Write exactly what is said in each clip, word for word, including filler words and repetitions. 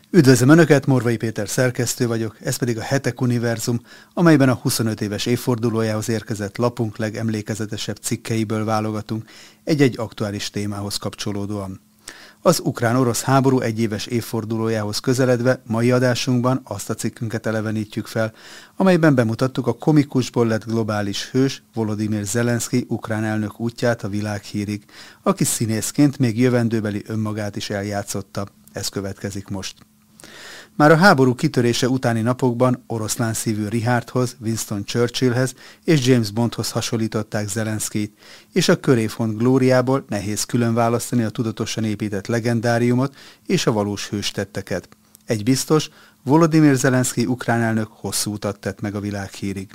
Üdvözlöm Önöket, Morvai Péter szerkesztő vagyok, ez pedig a Hetek Univerzum, amelyben a huszonöt éves évfordulójához érkezett lapunk legemlékezetesebb cikkeiből válogatunk egy-egy aktuális témához kapcsolódóan. Az ukrán-orosz háború egyéves évfordulójához közeledve mai adásunkban azt a cikkünket elevenítjük fel, amelyben bemutattuk a komikusból lett globális hős Volodymyr Zelenszky ukrán elnök útját a világhírig, aki színészként még jövendőbeli önmagát is eljátszotta. Ez következik most. Már a háború kitörése utáni napokban oroszlán szívű Richardhoz, Winston Churchillhez és James Bondhoz hasonlították Zelenszkyt, és a köréfont glóriából nehéz külön választani a tudatosan épített legendáriumot és a valós hőstetteket. Egy biztos, Volodymyr Zelenszky ukrán elnök hosszú utat tett meg a világhírig.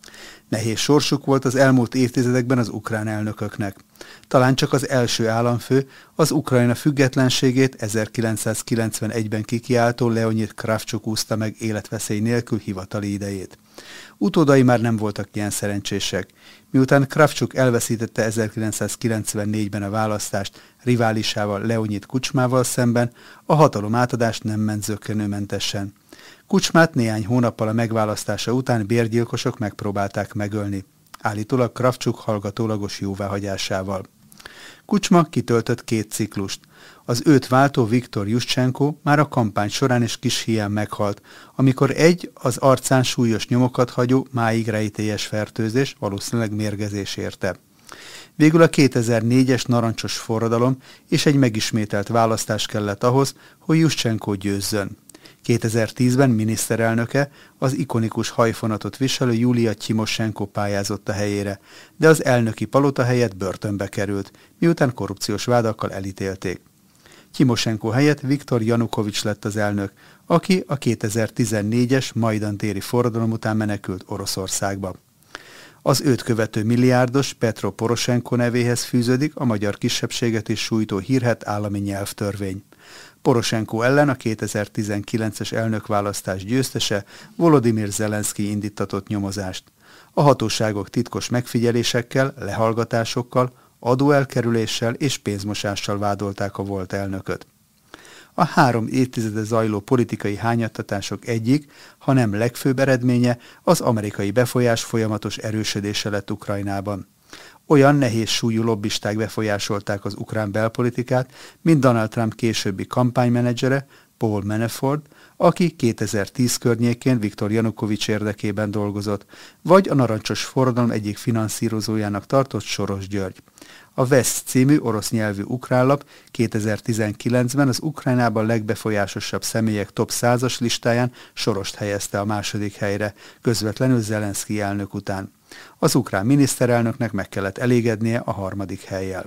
Nehéz sorsuk volt az elmúlt évtizedekben az ukrán elnököknek. Talán csak az első államfő, az Ukrajna függetlenségét ezerkilencszázkilencvenegyben kikiáltó Leonid Kravcsuk úszta meg életveszély nélkül hivatali idejét. Utódai már nem voltak ilyen szerencsések. Miután Kravcsuk elveszítette ezerkilencszázkilencvennégyben a választást riválisával Leonid Kucsmával szemben, a hatalom átadás nem ment zökkenőmentesen. Kucsmát néhány hónappal a megválasztása után bérgyilkosok megpróbálták megölni, állítólag Kravcsuk hallgatólagos jóváhagyásával. Kucsma kitöltött két ciklust. Az őt váltó Viktor Juszcsenko már a kampány során is kis híján meghalt, amikor egy az arcán súlyos nyomokat hagyó, máig rejtélyes fertőzés, valószínűleg mérgezés érte. Végül a kétezer-négyes narancsos forradalom és egy megismételt választás kellett ahhoz, hogy Juszcsenko győzzön. kétezer-tízben miniszterelnöke, az ikonikus hajfonatot viselő Julia Tymosenko pályázott a helyére, de az elnöki palota helyett börtönbe került, miután korrupciós vádakkal elítélték. Tymosenko helyett Viktor Janukovics lett az elnök, aki a kétezer-tizennégyes Majdan téri forradalom után menekült Oroszországba. Az őt követő milliárdos Petro Poroshenko nevéhez fűződik a magyar kisebbséget is sújtó hírhedt állami nyelvtörvény. Poroshenko ellen a kétezer-tizenkilences elnökválasztás győztese Volodymyr Zelenszky indítatott nyomozást. A hatóságok titkos megfigyelésekkel, lehallgatásokkal, adóelkerüléssel és pénzmosással vádolták a volt elnököt. A három évtizede zajló politikai hányattatások egyik, ha nem legfőbb eredménye az amerikai befolyás folyamatos erősödése lett Ukrajnában. Olyan nehéz súlyú lobbisták befolyásolták az ukrán belpolitikát, mint Donald Trump későbbi kampánymenedzsere, Paul Manafort, aki kétezer-tíz környékén Viktor Janukovics érdekében dolgozott, vagy a narancsos forradalom egyik finanszírozójának tartott Soros György. A Vesz című orosz nyelvű ukránlap kétezer-tizenkilencben az Ukrajnában legbefolyásosabb személyek top százas listáján Sorost helyezte a második helyre, közvetlenül Zelenszky elnök után. Az ukrán miniszterelnöknek meg kellett elégednie a harmadik hellyel.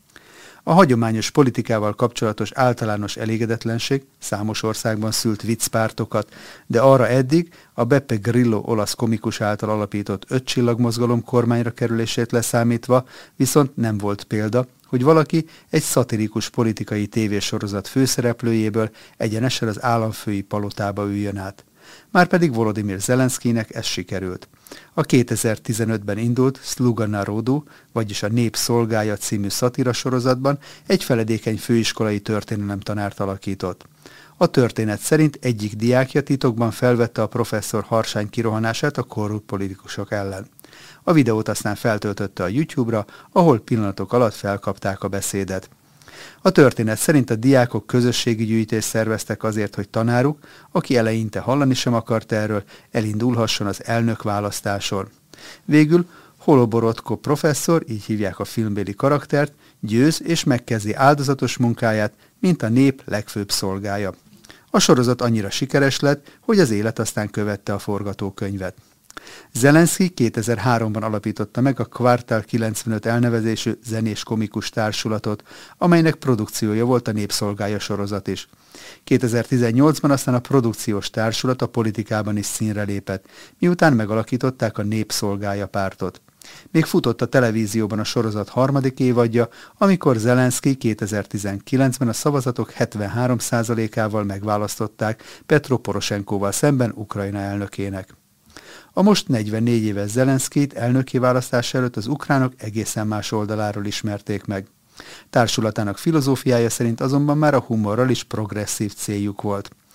A hagyományos politikával kapcsolatos általános elégedetlenség számos országban szült viccpártokat, de arra eddig a Beppe Grillo olasz komikus által alapított öt csillagmozgalom kormányra kerülését leszámítva viszont nem volt példa, hogy valaki egy szatirikus politikai tévésorozat főszereplőjéből egyenesen az államfői palotába üljön át. Márpedig Volodymyr Zelenszkynek ez sikerült. A kétezer-tizenötben indult Sluga Narodu, vagyis a Nép szolgája című szatira sorozatban egy feledékeny főiskolai történelemtanárt alakított. A történet szerint egyik diákja titokban felvette a professzor harsány kirohanását a korrupt politikusok ellen. A videót aztán feltöltötte a YouTube-ra, ahol pillanatok alatt felkapták a beszédet. A történet szerint a diákok közösségi gyűjtést szerveztek azért, hogy tanáruk, aki eleinte hallani sem akart erről, elindulhasson az elnökválasztáson. Végül Holoborodko professzor, így hívják a filmbéli karaktert, győz és megkezdi áldozatos munkáját, mint a nép legfőbb szolgája. A sorozat annyira sikeres lett, hogy az élet aztán követte a forgatókönyvet. Zelenszky kétezer-háromban alapította meg a Kvartál kilencvenöt elnevezésű zenés-komikus társulatot, amelynek produkciója volt a Népszolgája sorozat is. kétezer-tizennyolcban aztán a produkciós társulat a politikában is színre lépett, miután megalakították a Népszolgája pártot. Még futott a televízióban a sorozat harmadik évadja, amikor Zelenszky kétezer-tizenkilencben a szavazatok hetvenhárom százalékával megválasztották Petro Poroshenkóval szemben Ukrajna elnökének. A most negyvennégy éves Zelenszkyt elnöki választása előtt az ukránok egészen más oldaláról ismerték meg. Társulatának filozófiája szerint azonban már a humorral is progresszív céljuk volt.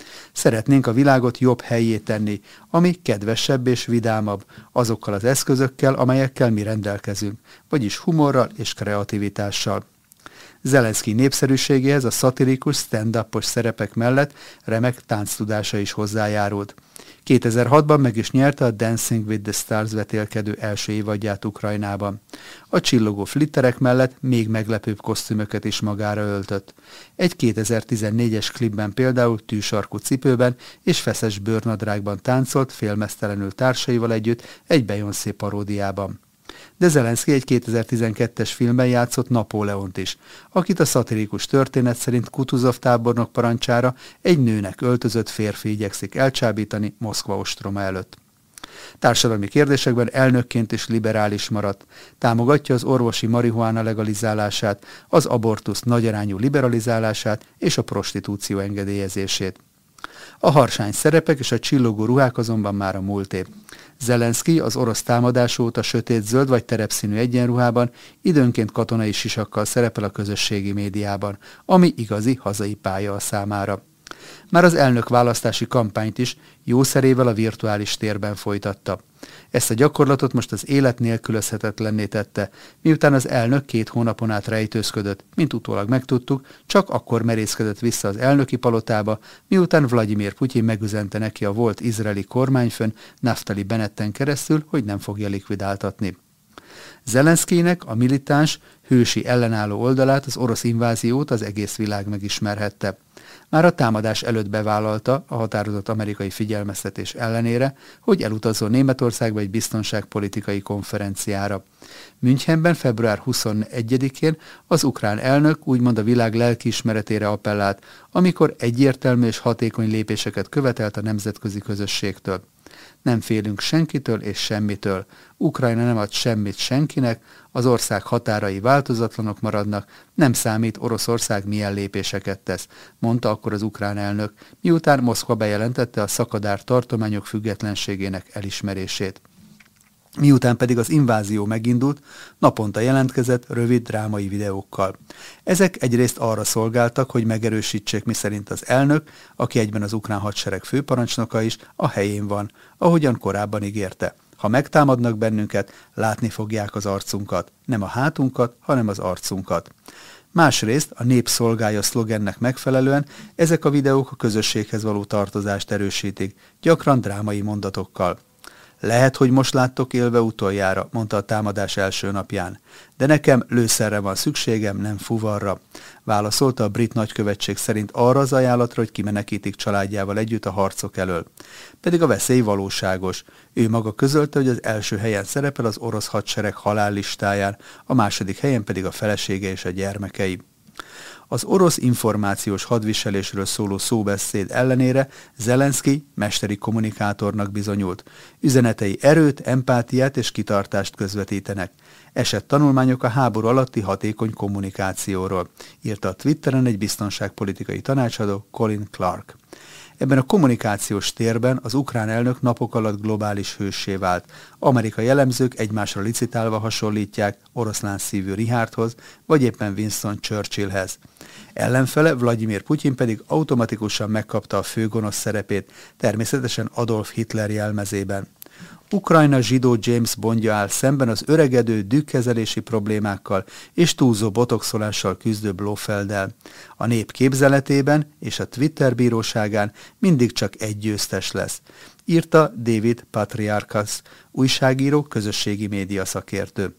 Szeretnénk a világot jobb helyé tenni, ami kedvesebb és vidámabb, azokkal az eszközökkel, amelyekkel mi rendelkezünk, vagyis humorral és kreativitással. Zelenszky népszerűségéhez a szatirikus, stand-upos szerepek mellett remek tánctudása is hozzájárult. kétezer-hatban meg is nyerte a Dancing with the Stars vetélkedő első évadját Ukrajnában. A csillogó flitterek mellett még meglepőbb kosztümöket is magára öltött. Egy kétezer-tizennégyes klipben például tűsarkú cipőben és feszes bőrnadrágban táncolt félmeztelenül társaival együtt egy Beyoncé paródiában. De Zelenszky egy kétezer-tizenkettes filmben játszott Napóleont is, akit a szatirikus történet szerint Kutuzov tábornok parancsára egy nőnek öltözött férfi igyekszik elcsábítani Moszkva ostroma előtt. Társadalmi kérdésekben elnökként is liberális maradt, támogatja az orvosi marihuána legalizálását, az abortusz nagyarányú liberalizálását és a prostitúció engedélyezését. A harsány szerepek és a csillogó ruhák azonban már a múlté. Zelenszky az orosz támadás óta sötét-zöld vagy terepszínű egyenruhában, időnként katonai sisakkal szerepel a közösségi médiában, ami igazi hazai pálya a számára. Már az elnök választási kampányt is jószerével a virtuális térben folytatta. Ezt a gyakorlatot most az élet nélkülözhetetlenné tette, miután az elnök két hónapon át rejtőzködött, mint utólag megtudtuk, csak akkor merészkedett vissza az elnöki palotába, miután Vladimir Putyin megüzente neki a volt izraeli kormányfőn Naftali Bennetten keresztül, hogy nem fogja likvidáltatni. Zelenszkynek a militáns, hősi ellenálló oldalát, az orosz inváziót az egész világ megismerhette. Már a támadás előtt bevállalta a határozott amerikai figyelmeztetés ellenére, hogy elutazzon Németországba egy biztonságpolitikai konferenciára. Münchenben február huszonegyedikén az ukrán elnök úgymond a világ lelkiismeretére appellált, amikor egyértelmű és hatékony lépéseket követelt a nemzetközi közösségtől. Nem félünk senkitől és semmitől. Ukrajna nem ad semmit senkinek, az ország határai változatlanok maradnak, nem számít Oroszország milyen lépéseket tesz, mondta akkor az ukrán elnök, miután Moszkva bejelentette a szakadár tartományok függetlenségének elismerését. Miután pedig az invázió megindult, naponta jelentkezett rövid drámai videókkal. Ezek egyrészt arra szolgáltak, hogy megerősítsék, miszerint az elnök, aki egyben az ukrán hadsereg főparancsnoka is, a helyén van, ahogyan korábban ígérte. Ha megtámadnak bennünket, látni fogják az arcunkat, nem a hátunkat, hanem az arcunkat. Másrészt a nép szolgálja szlogennek megfelelően ezek a videók a közösséghez való tartozást erősítik, gyakran drámai mondatokkal. Lehet, hogy most láttok élve utoljára, mondta a támadás első napján. De nekem lőszerre van szükségem, nem fuvarra. Válaszolta a brit nagykövetség szerint arra az ajánlatra, hogy kimenekítik családjával együtt a harcok elől. Pedig a veszély valóságos. Ő maga közölte, hogy az első helyen szerepel az orosz hadsereg halállistáján, a második helyen pedig a felesége és a gyermekei. Az orosz információs hadviselésről szóló szóbeszéd ellenére Zelenszky mesteri kommunikátornak bizonyult. Üzenetei erőt, empátiát és kitartást közvetítenek. Esett tanulmányok a háború alatti hatékony kommunikációról, írta a Twitteren egy biztonságpolitikai tanácsadó, Colin Clark. Ebben a kommunikációs térben az ukrán elnök napok alatt globális hőssé vált. Amerikai elemzők egymásra licitálva hasonlítják oroszlán szívű Richardhoz, vagy éppen Winston Churchillhez. Ellenfele Vladimir Putyin pedig automatikusan megkapta a főgonosz szerepét, természetesen Adolf Hitler jelmezében. Ukrajna zsidó James Bondja áll szemben az öregedő, dühkezelési problémákkal és túlzó botoxolással küzdő Blofelddel. A nép képzeletében és a Twitter bíróságán mindig csak egy győztes lesz, írta David Patriarchas, újságíró, közösségi média szakértő.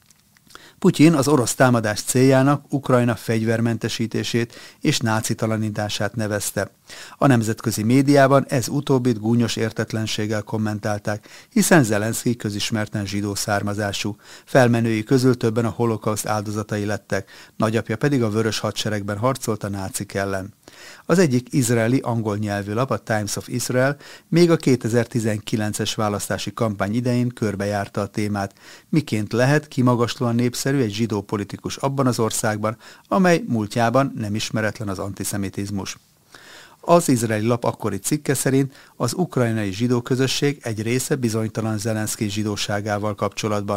Putyin az orosz támadás céljának Ukrajna fegyvermentesítését és nácitalanítását nevezte. A nemzetközi médiában ez utóbbit gúnyos értetlenséggel kommentálták, hiszen Zelenszky közismerten zsidó származású. Felmenői közül többen a holokauszt áldozatai lettek, nagyapja pedig a vörös hadseregben harcolt a nácik ellen. Az egyik izraeli angol nyelvű lap, a Times of Israel még a kétezer-tizenkilences választási kampány idején körbejárta a témát, miként lehet kimagaslóan népszerű egy zsidó politikus abban az országban, amely múltjában nem ismeretlen az antiszemitizmus. Az izraeli lap akkori cikke szerint az ukrajnai zsidó közösség egy része bizonytalan Zelenszky zsidóságával kapcsolatban.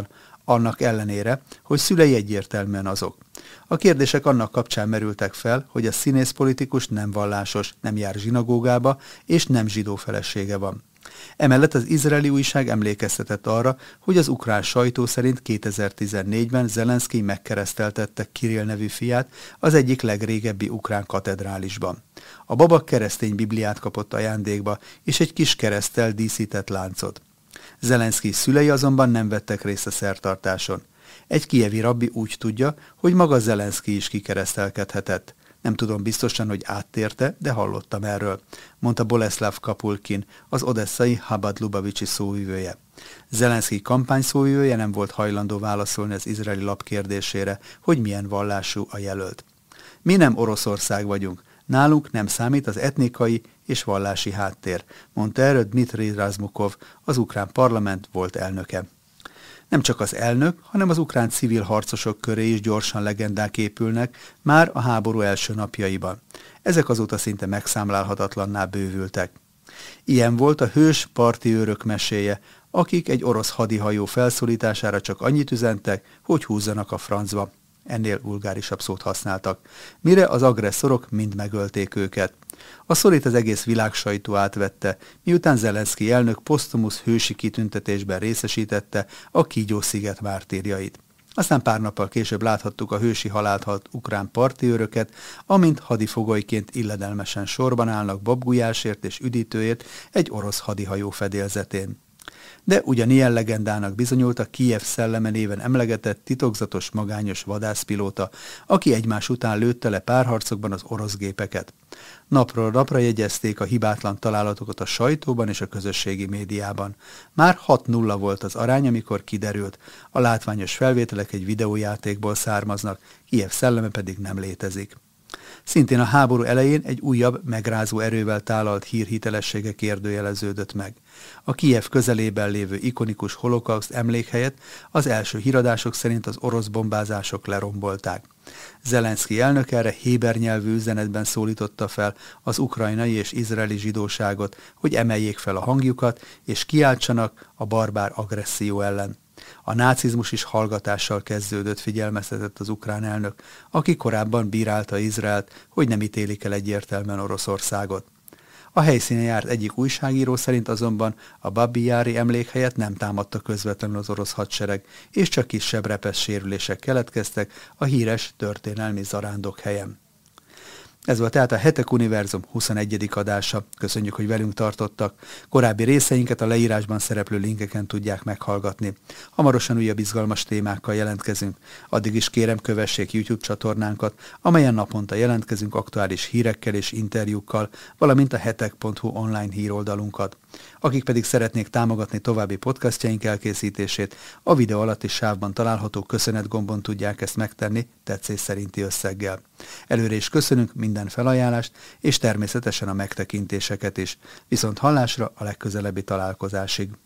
annak ellenére, hogy szülei egyértelműen azok. A kérdések annak kapcsán merültek fel, hogy a színészpolitikus nem vallásos, nem jár zsinagógába, és nem zsidó felesége van. Emellett az izraeli újság emlékeztetett arra, hogy az ukrán sajtó szerint kétezer-tizennégyben Zelenszkij megkereszteltette Kirill nevű fiát az egyik legrégebbi ukrán katedrálisban. A baba keresztény bibliát kapott ajándékba, és egy kis kereszttel díszített láncot. Zelenszkij szülei azonban nem vettek részt a szertartáson. Egy kijevi rabbi úgy tudja, hogy maga Zelenszkij is kikeresztelkedhetett. Nem tudom biztosan, hogy áttérte, de hallottam erről, mondta Boleszláv Kapulkin, az odesszai Habad Lubavicsi szóvivője. Zelenszkij kampányszóvivője nem volt hajlandó válaszolni az izraeli lap kérdésére, hogy milyen vallású a jelölt. Mi nem Oroszország vagyunk, nálunk nem számít az etnikai és vallási háttér, mondta erről Dmitri Razmukov, az ukrán parlament volt elnöke. Nem csak az elnök, hanem az ukrán civil harcosok köré is gyorsan legendák épülnek már a háború első napjaiban. Ezek azóta szinte megszámlálhatatlanná bővültek. Ilyen volt a hős parti őrök meséje, akik egy orosz hadihajó felszólítására csak annyit üzentek, hogy húzzanak a francba. Ennél vulgárisabb szót használtak, mire az agresszorok mind megölték őket. A szorít az egész világ sajtó átvette, miután Zelenszkij elnök posztumusz hősi kitüntetésben részesítette a Kígyó-sziget mártírjait. Aztán pár nappal később láthattuk a hősi halált halt ukrán parti őröket, amint hadifogolyként illedelmesen sorban állnak babgulyásért és üdítőért egy orosz hadihajó fedélzetén. De ugyanilyen legendának bizonyult a Kijev szelleme néven emlegetett titokzatos magányos vadászpilóta, aki egymás után lőtte le párharcokban az orosz gépeket. Napról napra jegyezték a hibátlan találatokat a sajtóban és a közösségi médiában. Már hat nulla volt az arány, amikor kiderült. A látványos felvételek egy videójátékból származnak, Kijev szelleme pedig nem létezik. Szintén a háború elején egy újabb, megrázó erővel tálalt hír hitelessége kérdőjeleződött meg. A Kijev közelében lévő ikonikus holokauszt emlékhelyet az első híradások szerint az orosz bombázások lerombolták. Zelenszkij elnök erre héber nyelvű üzenetben szólította fel az ukrajnai és izraeli zsidóságot, hogy emeljék fel a hangjukat és kiáltsanak a barbár agresszió ellen. A nácizmus is hallgatással kezdődött, figyelmeztetett az ukrán elnök, aki korábban bírálta Izraelt, hogy nem ítélik el egyértelműen Oroszországot. A helyszínen járt egyik újságíró szerint azonban a Babi Jári emlékhelyet nem támadta közvetlenül az orosz hadsereg, és csak kisebb repesz sérülések keletkeztek a híres történelmi zarándok helyen. Ez volt tehát a Hetek Univerzum huszonegyedik adása. Köszönjük, hogy velünk tartottak. Korábbi részeinket a leírásban szereplő linkeken tudják meghallgatni. Hamarosan újabb izgalmas témákkal jelentkezünk. Addig is kérem, kövessék YouTube csatornánkat, amelyen naponta jelentkezünk aktuális hírekkel és interjúkkal, valamint a hetek pont hu online híroldalunkat. Akik pedig szeretnék támogatni további podcastjaink elkészítését, a videó alatti sávban található köszönet gombon tudják ezt megtenni tetszés szerinti összeggel. Előre is köszönünk minden felajánlást, és természetesen a megtekintéseket is. Viszont hallásra a legközelebbi találkozásig.